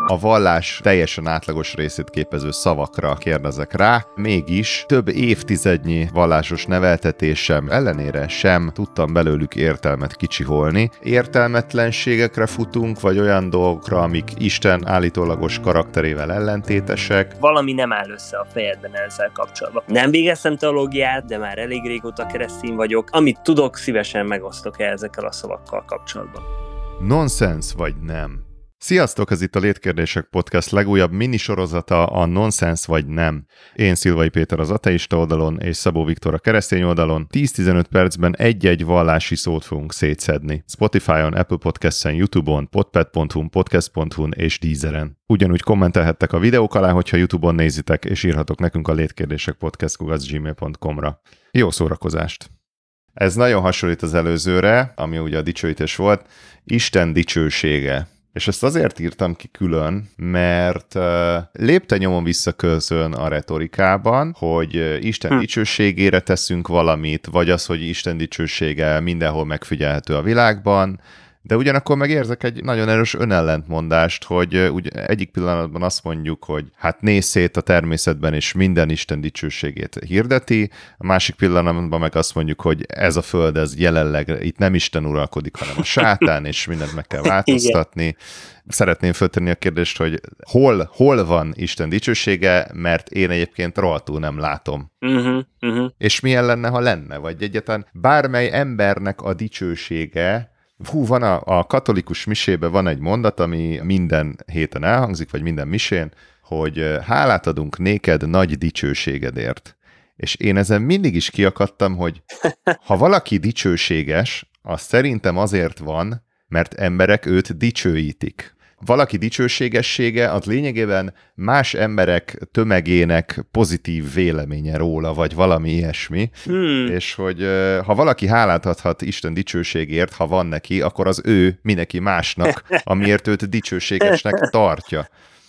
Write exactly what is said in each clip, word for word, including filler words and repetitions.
a vallás teljesen átlagos részét képező szavakra kérdezek rá, mégis több évtizednyi vallásos neveltetésem ellenére sem tudtam belőlük értelmet kicsiholni. Értelmetlenségekre futunk, vagy olyan dolgokra, amik Isten állítólagos karakterével ellentétesek. Valami nem áll össze a fejedben ezzel kapcsolatban. Nem végeztem teológiát, de már elég régóta keresztény vagyok. Amit tudok, szívesen megosztok el ezekkel a szavakkal kapcsolatban. Nonsens vagy nem? Sziasztok, ez itt a Létkérdések Podcast legújabb minisorozata, a Nonsens vagy nem. Én Szilvai Péter az ateista oldalon, és Szabó Viktor a keresztény oldalon. tíz-tizenöt percben egy-egy vallási szót fogunk szétszedni. Spotify-on, Apple Podcasts-en, YouTube-on, podpad pont hu, podcast pont hu és Deezeren. Ugyanúgy kommentelhettek a videók alá, hogyha YouTube-on nézitek, és írhatok nekünk a Létkérdések Podcast kukac gmail pont com-ra. Jó szórakozást! Ez nagyon hasonlít az előzőre, ami ugye a dicsőítés volt, Isten dicsősége. És ezt azért írtam ki külön, mert uh, lépte nyomon visszaközön a retorikában, hogy uh, Isten hm. dicsőségére teszünk valamit, vagy az, hogy Isten dicsősége mindenhol megfigyelhető a világban, de ugyanakkor megérzek egy nagyon erős önellentmondást, hogy uh, ugye egyik pillanatban azt mondjuk, hogy hát nézz szét a természetben, és minden Isten dicsőségét hirdeti, a másik pillanatban meg azt mondjuk, hogy ez a föld, ez jelenleg itt nem Isten uralkodik, hanem a sátán, és mindent meg kell változtatni. Igen. Szeretném föltenni a kérdést, hogy hol, hol van Isten dicsősége, mert én egyébként rohadtul nem látom. Uh-huh, uh-huh. És milyen lenne, ha lenne? Vagy egyáltalán bármely embernek a dicsősége. Hú, van a, a katolikus misében van egy mondat, ami minden héten elhangzik, vagy minden misén, hogy hálát adunk néked nagy dicsőségedért. És én ezen mindig is kiakadtam, hogy ha valaki dicsőséges, az szerintem azért van, mert emberek őt dicsőítik. Valaki dicsőségessége az lényegében más emberek tömegének pozitív véleménye róla, vagy valami ilyesmi, hmm. és hogy ha valaki hálát adhat Isten dicsőségért, ha van neki, akkor az ő mindenki másnak, amiért őt dicsőségesnek tartja.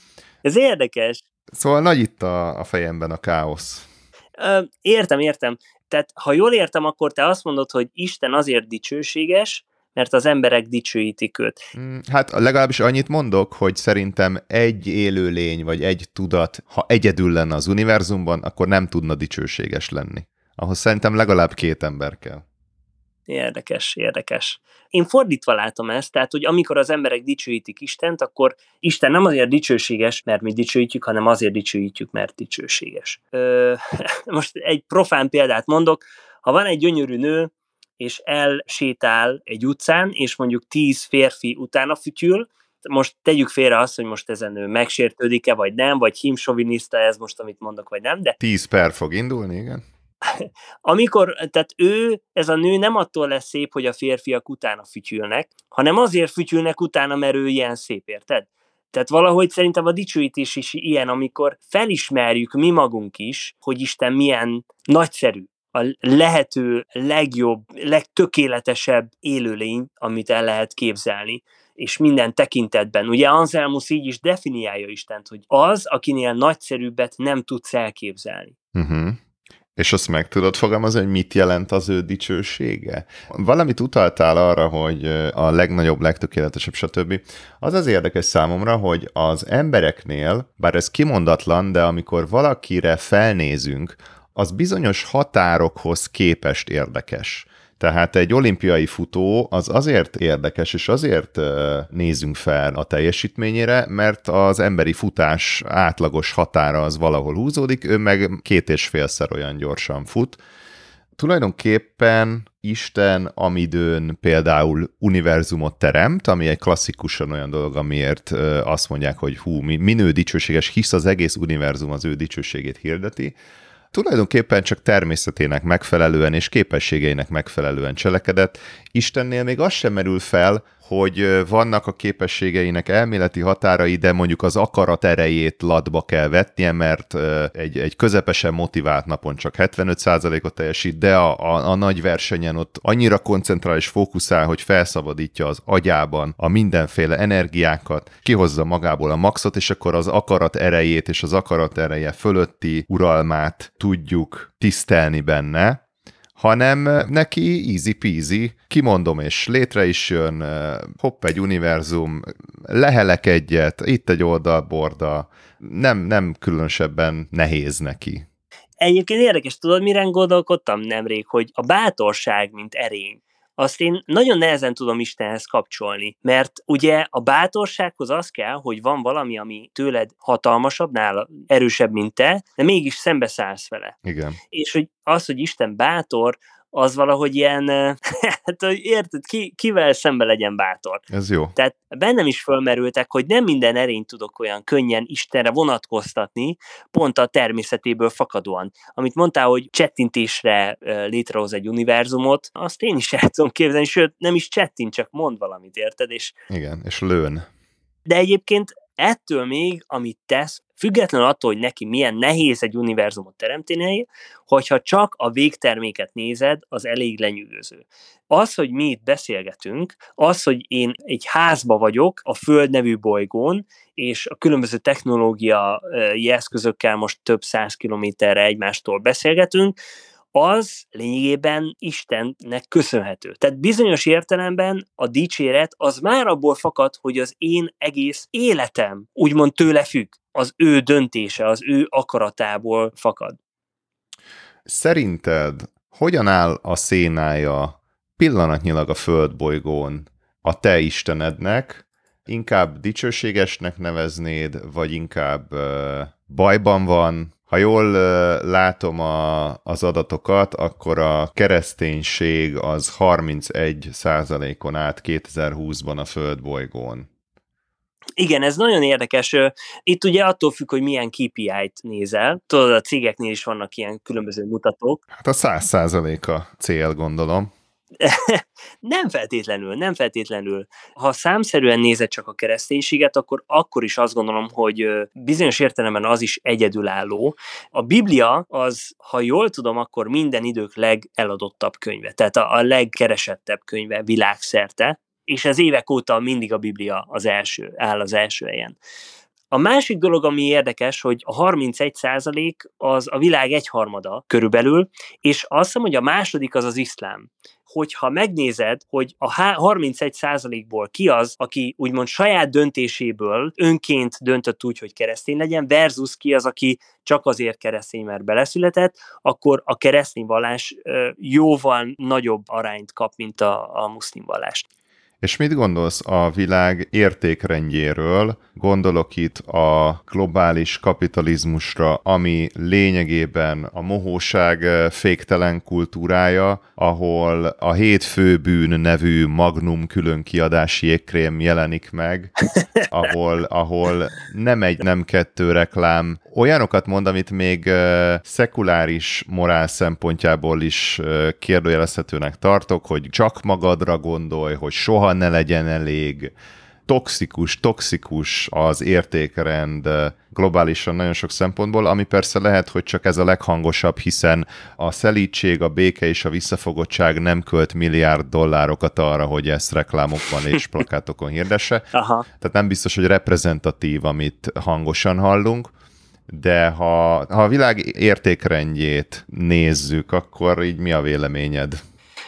Ez érdekes. Szóval nagy itt a, a fejemben a káosz. Ö, értem, értem. Tehát ha jól értem, akkor te azt mondod, hogy Isten azért dicsőséges, mert az emberek dicsőítik őt. Hát legalábbis annyit mondok, hogy szerintem egy élőlény, vagy egy tudat, ha egyedül lenne az univerzumban, akkor nem tudna dicsőséges lenni. Ahhoz szerintem legalább két ember kell. Érdekes, érdekes. Én fordítva látom ezt, tehát, hogy amikor az emberek dicsőítik Istent, akkor Isten nem azért dicsőséges, mert mi dicsőítjük, hanem azért dicsőítjük, mert dicsőséges. Ö, most egy profán példát mondok, ha van egy gyönyörű nő, és elsétál egy utcán, és mondjuk tíz férfi utána fütyül, most tegyük félre azt, hogy most ezen ő megsértődik-e, vagy nem, vagy hímsoviniszta ez most, amit mondok, vagy nem, de... Tíz per fog indulni, igen. Amikor, tehát ő, ez a nő nem attól lesz szép, hogy a férfiak utána fütyülnek, hanem azért fütyülnek utána, mert ő ilyen szép, érted? Tehát valahogy szerintem a dicsőítés is ilyen, amikor felismerjük mi magunk is, hogy Isten milyen nagyszerű, a lehető legjobb, legtökéletesebb élőlény, amit el lehet képzelni, és minden tekintetben. Ugye Anselmus így is definiálja Istent, hogy az, akinél nagyszerűbbet nem tudsz elképzelni. Uh-huh. És azt meg tudod fogalmazni, hogy mit jelent az ő dicsősége? Valamit utaltál arra, hogy a legnagyobb, legtökéletesebb, stb. Az az érdekes számomra, hogy az embereknél, bár ez kimondatlan, de amikor valakire felnézünk, az bizonyos határokhoz képest érdekes. Tehát egy olimpiai futó az azért érdekes, és azért nézünk fel a teljesítményére, mert az emberi futás átlagos határa az valahol húzódik, ő meg két és félszer olyan gyorsan fut. Tulajdonképpen Isten amidőn például univerzumot teremt, ami egy klasszikusan olyan dolog, amiért azt mondják, hogy hú, minő dicsőséges, hisz az egész univerzum az ő dicsőségét hirdeti, tulajdonképpen csak természetének megfelelően és képességeinek megfelelően cselekedett. Istennél még az sem merül fel, hogy vannak a képességeinek elméleti határai, de mondjuk az akarat erejét latba kell vetnie, mert egy, egy közepesen motivált napon csak hetvenöt százalékot teljesít, de a, a, a nagy versenyen ott annyira koncentrál és fókuszál, hogy felszabadítja az agyában a mindenféle energiákat, kihozza magából a maxot, és akkor az akarat erejét és az akarat ereje fölötti uralmát tudjuk tisztelni benne, hanem neki easy peasy, kimondom és létre is jön, hopp egy univerzum, lehelek egyet, itt egy oldalborda, nem, nem különösebben nehéz neki. Egyébként érdekes, tudod, mire gondolkodtam nemrég, hogy a bátorság, mint erény, azt én nagyon nehezen tudom Istenhez kapcsolni, mert ugye a bátorsághoz az kell, hogy van valami, ami tőled hatalmasabb, nála erősebb, mint te, de mégis szembeszállsz vele. Igen. És hogy az, hogy Isten bátor, az valahogy ilyen, hát érted, ki, kivel szembe legyen bátor. Ez jó. Tehát bennem is fölmerültek, hogy nem minden erényt tudok olyan könnyen Istenre vonatkoztatni, pont a természetéből fakadóan. Amit mondtál, hogy csettintésre létrehoz egy univerzumot, azt én is el tudom képzelni, sőt, nem is csettint, csak mond valamit, érted? És... Igen, és lőn. De egyébként ettől még, amit tesz, függetlenül attól, hogy neki milyen nehéz egy univerzumot teremteni, hogyha csak a végterméket nézed, az elég lenyűgöző. Az, hogy mi itt beszélgetünk, az, hogy én egy házba vagyok, a Föld nevű bolygón, és a különböző technológiai eszközökkel most több száz kilométerre egymástól beszélgetünk, az lényegében Istennek köszönhető. Tehát bizonyos értelemben a dicséret az már abból fakad, hogy az én egész életem úgymond tőle függ. Az ő döntése, az ő akaratából fakad. Szerinted hogyan áll a szénája pillanatnyilag a földbolygón a te istenednek? Inkább dicsőségesnek neveznéd, vagy inkább uh, bajban van? Ha jól uh, látom a, az adatokat, akkor a kereszténység az harmincegy százalékon át kétezer-húszban a földbolygón. Igen, ez nagyon érdekes. Itt ugye attól függ, hogy milyen ká pé í-t nézel. Tudod, a cégeknél is vannak ilyen különböző mutatók. Hát a száz százalék a cél, gondolom. Nem feltétlenül, nem feltétlenül. Ha számszerűen nézed csak a kereszténységet, akkor akkor is azt gondolom, hogy bizonyos értelemben az is egyedülálló. A Biblia az, ha jól tudom, akkor minden idők legeladottabb könyve, tehát a, a legkeresettebb könyve világszerte, és ez évek óta mindig a Biblia az első, áll az első helyen. A másik dolog, ami érdekes, hogy a harmincegy százalék az a világ egyharmada körülbelül, és azt hiszem, hogy a második az az iszlám. Hogyha megnézed, hogy a harmincegy százalékból ki az, aki úgymond saját döntéséből önként döntött úgy, hogy keresztény legyen, versus ki az, aki csak azért keresztény, mert beleszületett, akkor a keresztény vallás jóval nagyobb arányt kap, mint a, a muszlim vallást. És mit gondolsz a világ értékrendjéről? Gondolok itt a globális kapitalizmusra, ami lényegében a mohóság féktelen kultúrája, ahol a hét fő bűn nevű Magnum különkiadási jégkrém jelenik meg, ahol, ahol nem egy, nem kettő reklám olyanokat mond, amit még szekuláris morál szempontjából is kérdőjelezhetőnek tartok, hogy csak magadra gondolj, hogy soha ne legyen elég. Toxikus, toxikus az értékrend globálisan nagyon sok szempontból, ami persze lehet, hogy csak ez a leghangosabb, hiszen a szelídség, a béke és a visszafogottság nem költ milliárd dollárokat arra, hogy ezt reklámokban és plakátokon hirdesse. Aha. Tehát nem biztos, hogy reprezentatív, amit hangosan hallunk, de ha, ha a világ értékrendjét nézzük, akkor így mi a véleményed?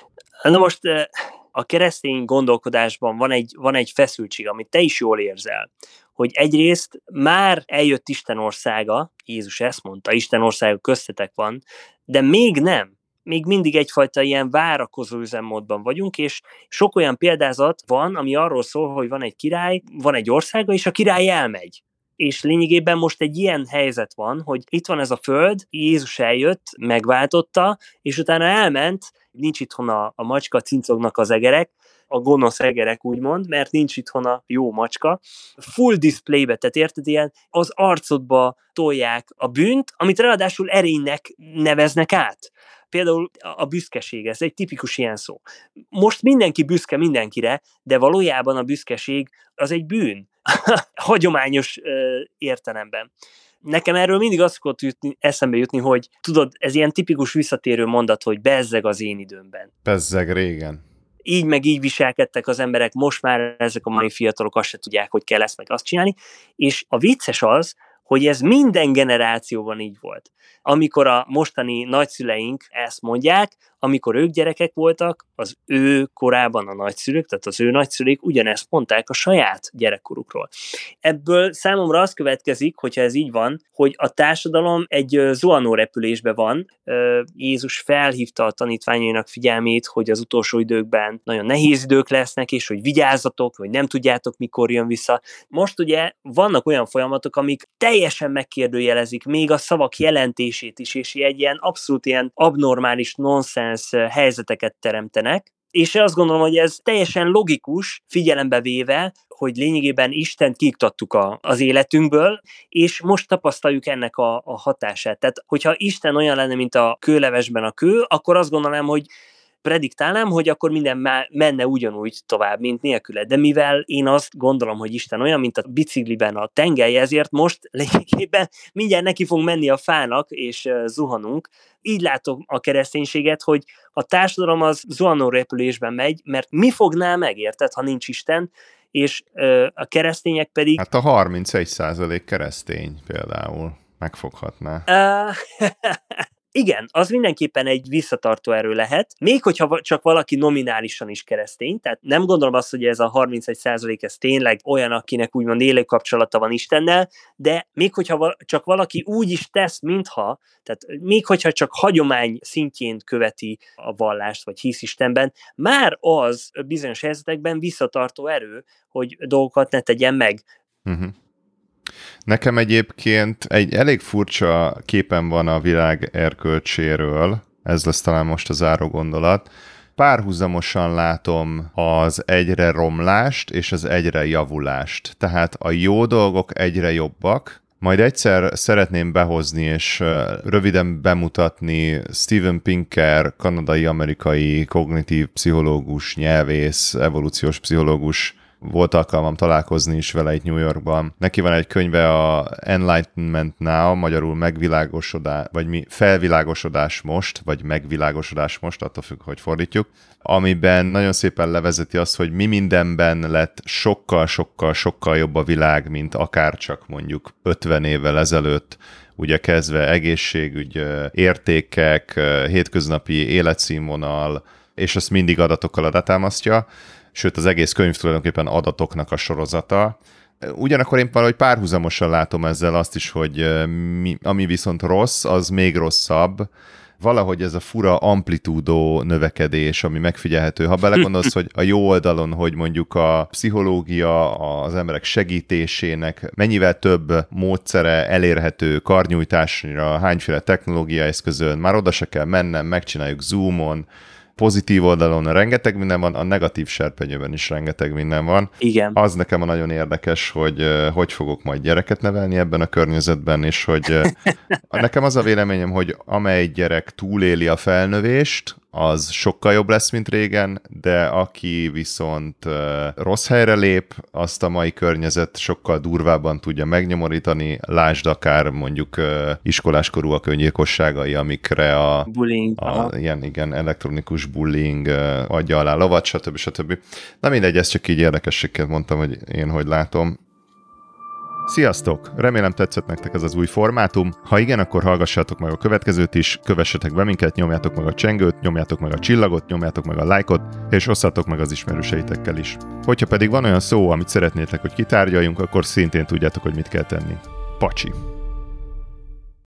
Na most a keresztény gondolkodásban van egy, van egy feszültség, amit te is jól érzel, hogy egyrészt már eljött Isten országa, Jézus ezt mondta, Isten országa köztetek van, de még nem. Még mindig egyfajta ilyen várakozó üzemmódban vagyunk, és sok olyan példázat van, ami arról szól, hogy van egy király, van egy országa, és a király elmegy. És lényegében most egy ilyen helyzet van, hogy itt van ez a föld, Jézus eljött, megváltotta, és utána elment, nincs itthon a, a macska, cincognak az egerek, a gonosz egerek úgymond, mert nincs itthon a jó macska. Full displaybe, tehát érted, ilyen az arcodba tolják a bűnt, amit ráadásul erénynek neveznek át. Például a büszkeség, ez egy tipikus ilyen szó. Most mindenki büszke mindenkire, de valójában a büszkeség az egy bűn. Hagyományos ö, értelemben. Nekem erről mindig azt szokott jutni, eszembe jutni, hogy tudod, ez ilyen tipikus visszatérő mondat, hogy bezzeg az én időmben. Bezzeg régen. Így meg így viselkedtek az emberek, most már ezek a mai fiatalok azt se tudják, hogy kell ezt meg azt csinálni, és a vicces az, hogy ez minden generációban így volt. Amikor a mostani nagyszüleink ezt mondják, amikor ők gyerekek voltak, az ő korában a nagyszülők, tehát az ő nagyszülők ugyanezt mondták a saját gyerekkorukról. Ebből számomra az következik, hogyha ez így van, hogy a társadalom egy zuhanórepülésben van. Jézus felhívta a tanítványainak figyelmét, hogy az utolsó időkben nagyon nehéz idők lesznek, és hogy vigyázzatok, hogy nem tudjátok, mikor jön vissza. Most ugye vannak olyan folyamatok, amik teljesen megkérdőjelezik még a szavak jelentését is, és egy ilyen abszolút ilyen abnormális nonsens helyzeteket teremtenek, és azt gondolom, hogy ez teljesen logikus, figyelembe véve, hogy lényegében Istent kiiktattuk a, az életünkből, és most tapasztaljuk ennek a, a hatását. Tehát, hogyha Isten olyan lenne, mint a kőlevesben a kő, akkor azt gondolom, hogy prediktálnám, hogy akkor minden már menne ugyanúgy tovább, mint nélküle. De mivel én azt gondolom, hogy Isten olyan, mint a bicikliben a tengely, ezért most lényegében mindjárt neki fog menni a fának, és zuhanunk. Így látom a kereszténységet, hogy a társadalom az zuhanórepülésben megy, mert mi fogná meg, érted, ha nincs Isten, és ö, a keresztények pedig... Hát a harmincegy százalék keresztény például megfoghatná. Uh, Igen, az mindenképpen egy visszatartó erő lehet, még hogyha csak valaki nominálisan is keresztény, tehát nem gondolom azt, hogy ez a harmincegy százalék ez tényleg olyan, akinek úgymond élő kapcsolata van Istennel, de még hogyha csak valaki úgy is tesz, mintha, tehát még hogyha csak hagyomány szintjén követi a vallást, vagy hisz Istenben, már az bizonyos helyzetekben visszatartó erő, hogy dolgokat ne tegyen meg. Uh-huh. Nekem egyébként egy elég furcsa képen van a világ erkölcséről, ez lesz talán most a záró gondolat. Párhuzamosan látom az egyre romlást és az egyre javulást. Tehát a jó dolgok egyre jobbak, majd egyszer szeretném behozni és röviden bemutatni Steven Pinker, kanadai-amerikai kognitív pszichológus, nyelvész, evolúciós pszichológus. Volt alkalmam találkozni is vele itt New Yorkban. Neki van egy könyve, a Enlightenment Now, magyarul megvilágosodás, vagy mi felvilágosodás most, vagy megvilágosodás most, attól függ, hogy fordítjuk, amiben nagyon szépen levezeti azt, hogy mi mindenben lett sokkal-sokkal-sokkal jobb a világ, mint akár csak mondjuk ötven évvel ezelőtt, ugye kezdve egészségügy, értékek, hétköznapi életszínvonal, és ezt mindig adatokkal alátámasztja. Sőt, az egész könyv tulajdonképpen adatoknak a sorozata. Ugyanakkor én valahogy párhuzamosan látom ezzel azt is, hogy mi, ami viszont rossz, az még rosszabb. Valahogy ez a fura amplitúdó növekedés, ami megfigyelhető. Ha belegondolsz, hogy a jó oldalon, hogy mondjuk a pszichológia, az emberek segítésének mennyivel több módszere elérhető karnyújtásra, hányféle technológia eszközön, már oda se kell mennem, megcsináljuk Zoomon, pozitív oldalon rengeteg minden van, a negatív serpenyőben is rengeteg minden van. Igen. Az nekem a nagyon érdekes, hogy hogy fogok majd gyereket nevelni ebben a környezetben, és hogy nekem az a véleményem, hogy amely gyerek túléli a felnövést, az sokkal jobb lesz, mint régen, de aki viszont rossz helyre lép, azt a mai környezet sokkal durvábban tudja megnyomorítani, lásd akár mondjuk iskoláskorúak öngyilkosságai, amikre a, bullying, a ilyen, igen, elektronikus bullying adja alá lovat, stb. stb. Na mindegy, ezt csak így érdekességként mondtam, hogy én hogy látom. Sziasztok! Remélem tetszett nektek ez az új formátum. Ha igen, akkor hallgassátok meg a következőt is, kövessetek be minket, nyomjátok meg a csengőt, nyomjátok meg a csillagot, nyomjátok meg a lájkot, és osszátok meg az ismerőseitekkel is. Hogyha pedig van olyan szó, amit szeretnétek, hogy kitárgyaljunk, akkor szintén tudjátok, hogy mit kell tenni. Pacsi!